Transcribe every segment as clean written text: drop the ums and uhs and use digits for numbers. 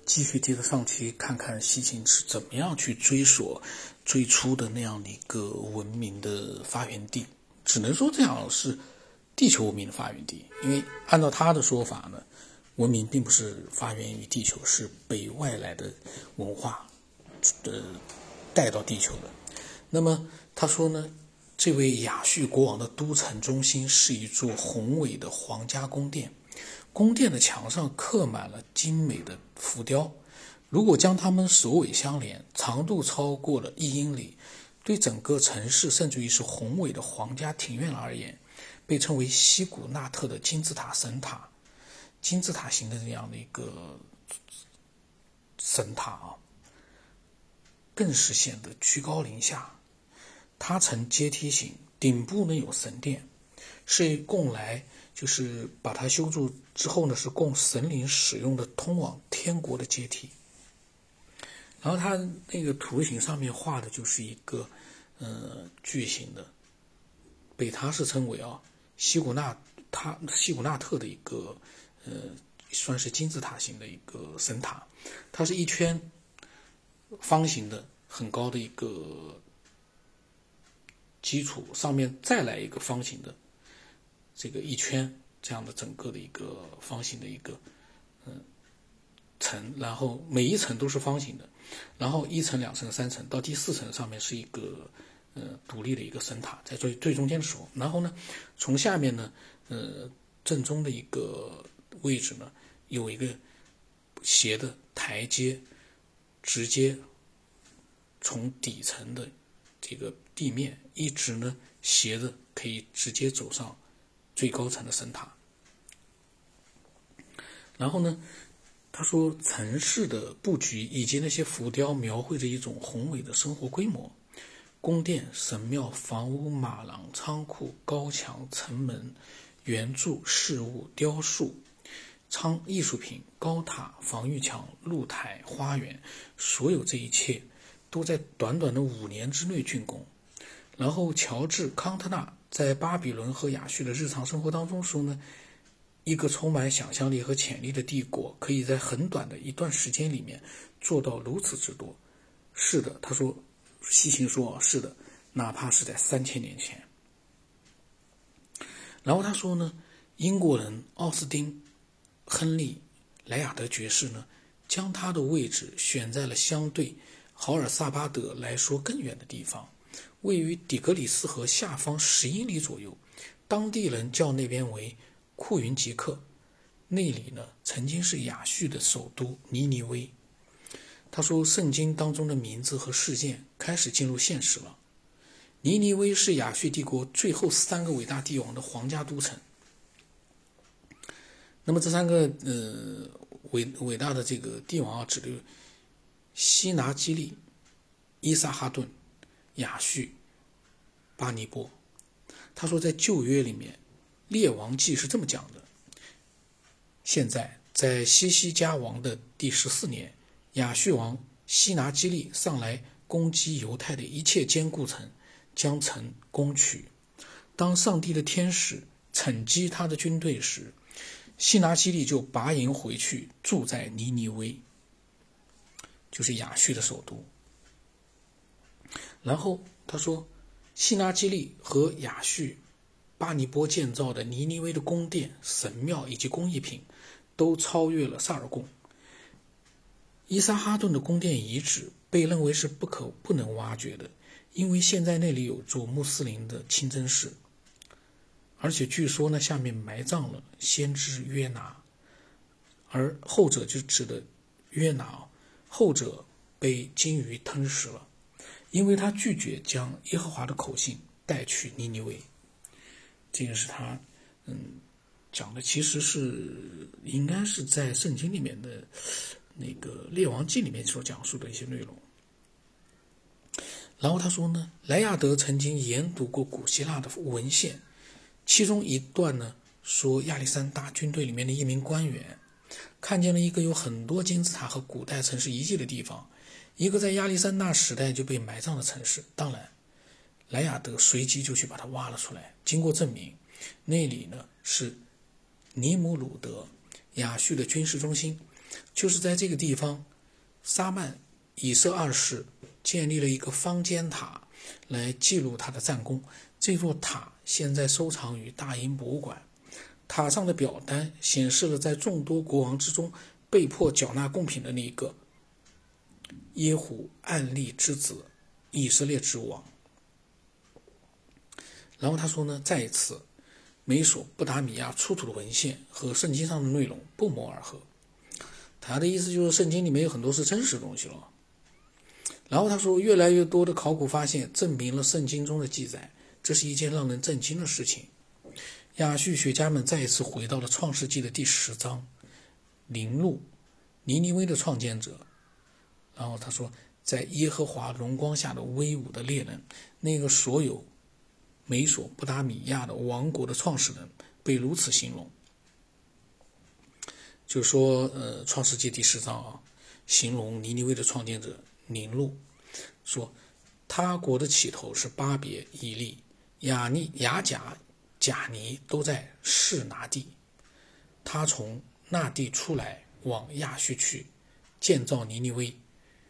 继续接着上去看看西秦是怎么样去追索最初的那样的一个文明的发源地。只能说这样是地球文明的发源地，因为按照他的说法呢，文明并不是发源于地球，是北外来的文化带到地球的。那么他说呢，这位亚述国王的都城中心是一座宏伟的皇家宫殿，宫殿的墙上刻满了精美的浮雕，如果将它们首尾相连，长度超过了1英里，对整个城市甚至于是宏伟的皇家庭院而言，被称为西古纳特的金字塔神塔。金字塔形的这样的一个神塔更是显得居高临下。它呈阶梯形，顶部呢有神殿，是供来就是把它修筑之后呢，是供神灵使用的通往天国的阶梯。然后它那个图形上面画的就是一个巨型的，被他是称为西古纳特的一个算是金字塔形的一个神塔。它是一圈方形的很高的一个基础，上面再来一个方形的这个一圈这样的整个的一个方形的一个层，然后每一层都是方形的，然后1层、2层、3层，到第4层上面是一个独立的一个神塔，在最中间的时候，然后呢，从下面呢，正中的一个位置呢，有一个斜的台阶，直接从底层的这个地面一直呢斜着可以直接走上最高层的神塔。然后呢，他说城市的布局以及那些浮雕描绘着一种宏伟的生活规模，宫殿、神庙、房屋、马廊、仓库、高墙、城门、圆柱、饰物、雕塑、艺术品、高塔、防御墙、露台、花园，所有这一切都在短短的5年之内竣工。然后乔治·康特纳在巴比伦和亚述的日常生活当中说呢，一个充满想象力和潜力的帝国可以在很短的一段时间里面做到如此之多。是的，他说，西秦说，是的，哪怕是在3000年前。然后他说呢，英国人奥斯汀·亨利·莱雅德爵士呢，将他的位置选在了相对豪尔萨巴德来说更远的地方，位于底格里斯河下方10英里左右。当地人叫那边为库云吉克，那里呢曾经是亚述的首都尼尼微。他说，圣经当中的名字和事件开始进入现实了。尼尼微是亚述帝国最后3个伟大帝王的皇家都城。那么这3个伟大的这个帝王指的西拿基利、伊萨哈顿、亚述、巴尼波。他说在旧约里面，列王记是这么讲的：现在在西西家王的第14年，亚述王西拿基利上来攻击犹太的一切坚固城，将城攻取。当上帝的天使惩击他的军队时，西拿基利就拔营回去，住在尼尼微，就是亚述的首都。然后他说，西拿基利和亚述巴尼波建造的尼尼微的宫殿、神庙以及工艺品都超越了萨尔贡。伊萨哈顿的宫殿遗址被认为是不能挖掘的，因为现在那里有座穆斯林的清真寺，而且据说呢，下面埋葬了先知约拿，而后者就指的约拿，后者被鲸鱼吞噬了，因为他拒绝将耶和华的口信带去尼尼微。这个是他讲的，其实是应该是在圣经里面的那个列王记里面所讲述的一些内容。然后他说呢，莱亚德曾经研读过古希腊的文献，其中一段呢说，亚历山大军队里面的一名官员看见了一个有很多金字塔和古代城市遗迹的地方，一个在亚历山大时代就被埋葬的城市。当然莱亚德随即就去把它挖了出来，经过证明，那里呢是尼姆鲁德，亚述的军事中心。 就是在这个地方，沙曼以色二世建立了一个方尖塔来记录他的战功。这座塔现在收藏于大英博物馆。塔上的表单显示了在众多国王之中被迫缴纳贡品的那个耶胡暗利之子以色列之王。然后他说呢，再一次美索不达米亚出土的文献和圣经上的内容不谋而合。他的意思就是圣经里面有很多是真实的东西了。然后他说，越来越多的考古发现证明了圣经中的记载，这是一件让人震惊的事情。亚述学家们再一次回到了创世纪的第10章，陵录尼尼微的创建者。然后他说，在耶和华荣光下的威武的猎人，那个所有美索不达米亚的王国的创始人被如此形容。就说创世纪第10章形容尼尼微的创建者宁录，说他国的起头是巴别、以利、雅甲、贾尼都在示拿地。他从那地出来往亚述去，建造尼尼微、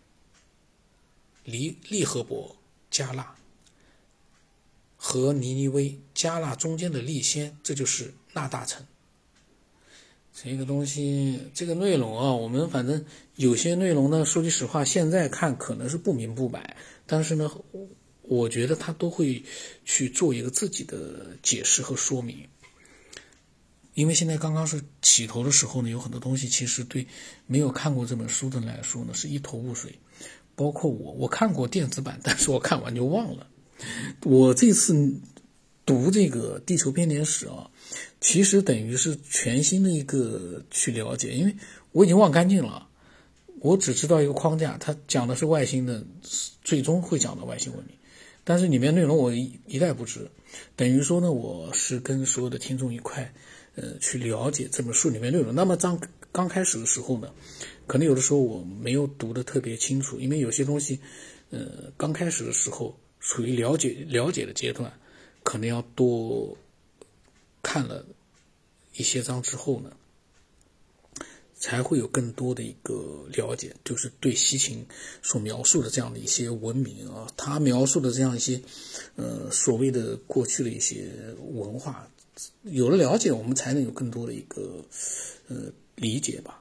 利和伯、加纳和尼尼微、加纳中间的利先，这就是那大城。这个东西，这个内容我们反正有些内容呢，说句实话，现在看可能是不明不白，但是呢，我觉得他都会去做一个自己的解释和说明。因为现在刚刚是起头的时候呢，有很多东西其实对没有看过这本书的人来说呢，是一头雾水。包括我看过电子版，但是我看完就忘了。我这次读这个地球编年史其实等于是全新的一个去了解，因为我已经忘干净了，我只知道一个框架，它讲的是外星的，最终会讲到外星文明，但是里面内容我一概不知。等于说呢，我是跟所有的听众一块去了解这本书里面内容。那么刚开始的时候呢，可能有的时候我没有读得特别清楚，因为有些东西刚开始的时候属于了解的阶段，可能要多看了一些章之后呢，才会有更多的一个了解，就是对西秦所描述的这样的一些文明他描述的这样一些所谓的过去的一些文化，有了了解，我们才能有更多的一个理解吧。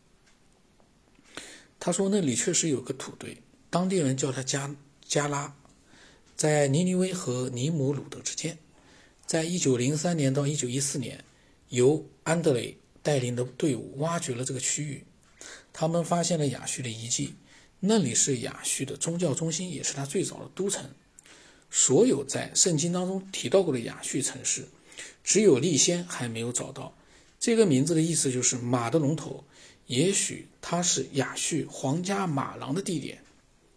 他说那里确实有个土堆，当地人叫它加拉，在尼尼微和尼姆鲁德之间。在1903年到1914年，由安德雷带领的队伍挖掘了这个区域，他们发现了亚述的遗迹，那里是亚述的宗教中心，也是他最早的都城。所有在圣经当中提到过的亚述城市，只有利先还没有找到。这个名字的意思就是马的龙头，也许它是亚述皇家马郎的地点。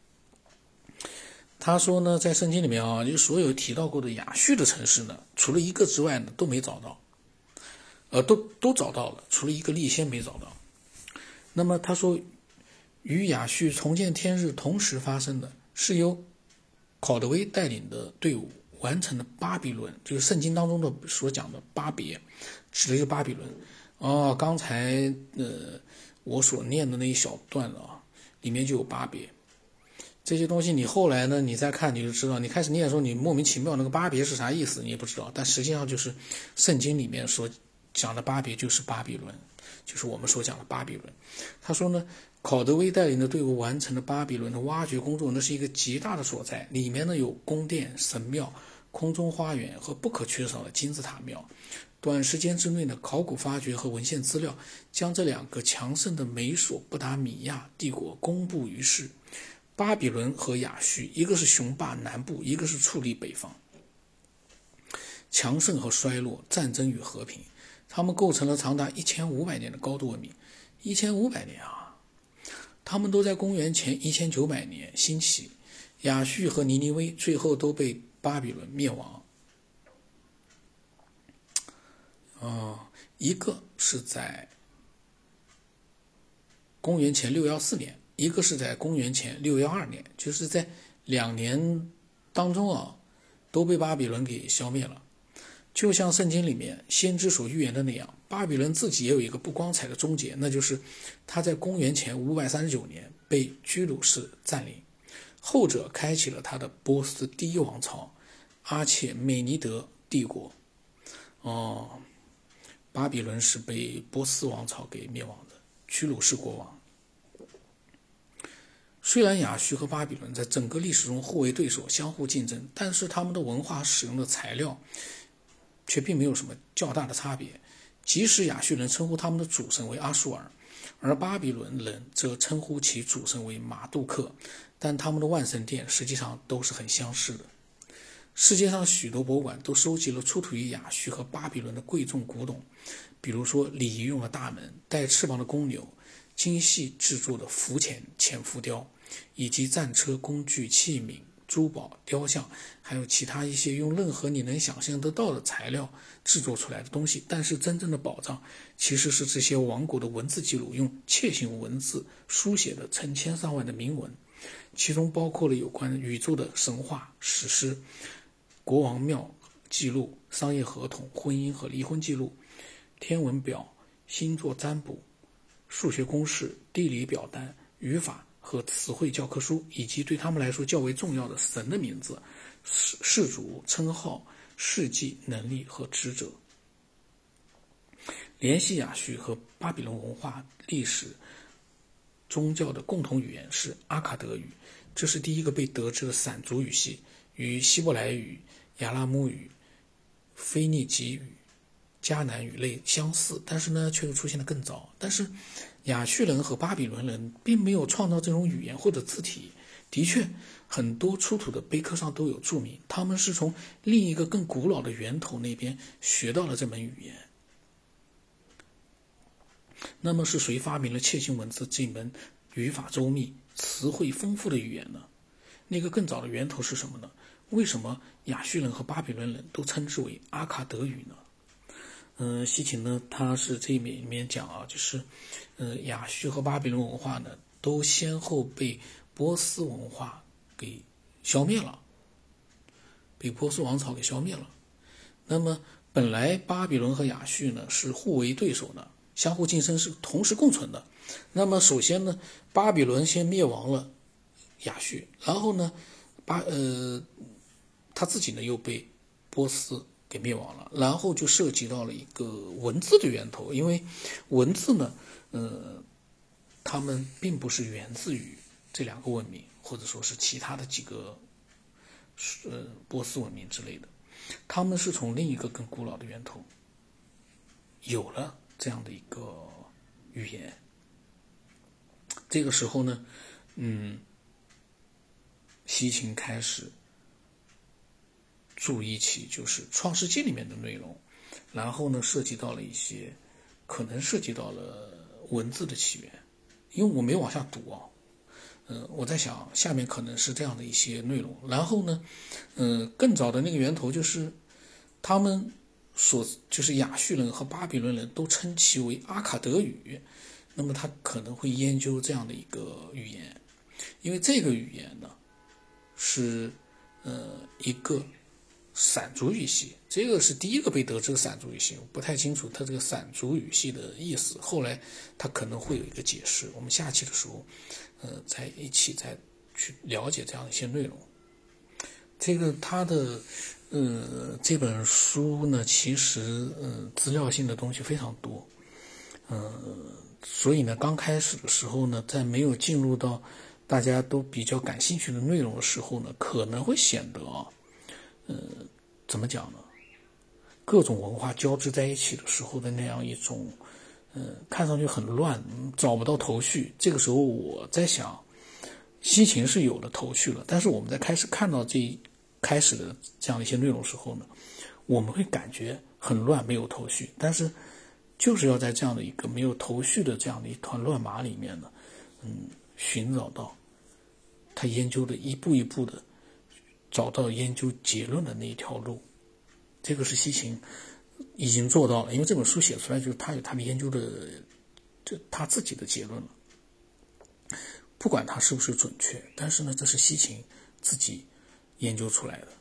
他说呢，在圣经里面就所有提到过的亚述的城市呢，除了一个之外呢，都没找到，都找到了，除了一个利先没找到。那么他说，与亚述重见天日同时发生的是由考德威带领的队伍完成了巴比伦，就是圣经当中的所讲的巴别，指的就是巴比伦。刚才我所念的那一小段里面就有巴别。这些东西你后来呢，你再看你就知道，你开始念的时候你莫名其妙那个巴别是啥意思你也不知道，但实际上就是圣经里面所讲的巴别就是巴比伦，就是我们所讲的巴比伦。他说呢，考德威带领的队伍完成了巴比伦的挖掘工作，那是一个极大的所在，里面呢有宫殿、神庙、空中花园和不可缺少的金字塔庙。短时间之内的考古发掘和文献资料将这两个强盛的美索不达米亚帝国公布于世。巴比伦和亚述，一个是雄霸南部，一个是矗立北方。强盛和衰落，战争与和平，他们构成了长达1500年的高度文明。1500年他们都在公元前1900年兴起。亚述和尼尼微最后都被巴比伦灭亡。一个是在公元前614年，一个是在公元前612年，就是在2年当中都被巴比伦给消灭了。 就像圣经里面先知所预言的那样，巴比伦自己也有一个不光彩的终结，那就是他在公元前539年被居鲁士占领，后者开启了他的波斯第一王朝阿切美尼德帝国。巴比伦是被波斯王朝给灭亡的，居鲁士国王。虽然亚述和巴比伦在整个历史中互为对手，相互竞争，但是他们的文化使用的材料却并没有什么较大的差别。即使亚述人称呼他们的主神为阿述尔，而巴比伦人则称呼其主神为马杜克，但他们的万神殿实际上都是很相似的。世界上许多博物馆都收集了出土于亚述和巴比伦的贵重古董，比如说礼仪用的大门、带翅膀的公牛、精细制作的浮潜浮雕，以及战车、工具、器皿、珠宝、雕像，还有其他一些用任何你能想象得到的材料制作出来的东西。但是真正的宝藏其实是这些王国的文字记录，用楔形文字书写的成千上万的铭文，其中包括了有关宇宙的神话、史诗、国王庙记录、商业合同、婚姻和离婚记录、天文表、星座占卜、数学公式、地理表单、语法和词汇教科书，以及对他们来说较为重要的神的名字、氏族、称号、事迹、能力和职责。联系亚述和巴比伦文化、历史、宗教的共同语言是阿卡德语，这是第一个被得知的闪族语系，与希伯来语、亚拉姆语、腓尼基语、迦南语类相似，但是呢却又出现得更早。但是亚述人和巴比伦人并没有创造这种语言或者字体，的确很多出土的碑刻上都有注明，他们是从另一个更古老的源头那边学到了这门语言。那么是谁发明了楔形文字这门语法周密、词汇丰富的语言呢？那个更早的源头是什么呢？为什么亚述人和巴比伦人都称之为阿卡德语呢？西秦呢，他是这里面讲啊，就是亚述和巴比伦文化呢，都先后被波斯文化给消灭了，被波斯王朝给消灭了。那么本来巴比伦和亚述呢是互为对手的，相互竞争，是同时共存的。那么首先呢，巴比伦先灭亡了亚述，然后呢，他自己呢又被波斯给灭亡了，然后就涉及到了一个文字的源头，因为文字呢，他们并不是源自于这两个文明，或者说是其他的几个波斯文明之类的，他们是从另一个更古老的源头有了这样的一个语言。这个时候呢，西秦开始注意起就是创世纪里面的内容，然后呢涉及到了一些可能涉及到了文字的起源，因为我没有往下读啊，我在想下面可能是这样的一些内容。然后呢，更早的那个源头就是他们就是亚述人和巴比伦人都称其为阿卡德语，那么他可能会研究这样的一个语言，因为这个语言呢是一个闪族语系，这个是第一个被得知的闪族语系，我不太清楚它这个闪族语系的意思，后来它可能会有一个解释，我们下期的时候再一起再去了解这样一些内容。这个它的这本书呢，其实资料性的东西非常多，所以呢刚开始的时候呢，在没有进入到大家都比较感兴趣的内容的时候呢，可能会显得怎么讲呢？各种文化交织在一起的时候的那样一种，看上去很乱，找不到头绪。这个时候我在想，西秦是有了头绪了，但是我们在开始看到开始的这样的一些内容的时候呢，我们会感觉很乱，没有头绪。但是就是要在这样的一个没有头绪的这样的一团乱麻里面呢，寻找到他研究的一步一步的找到研究结论的那一条路。这个是西秦已经做到了，因为这本书写出来就是他有他的研究的，就他自己的结论了，不管他是不是准确，但是呢这是西秦自己研究出来的。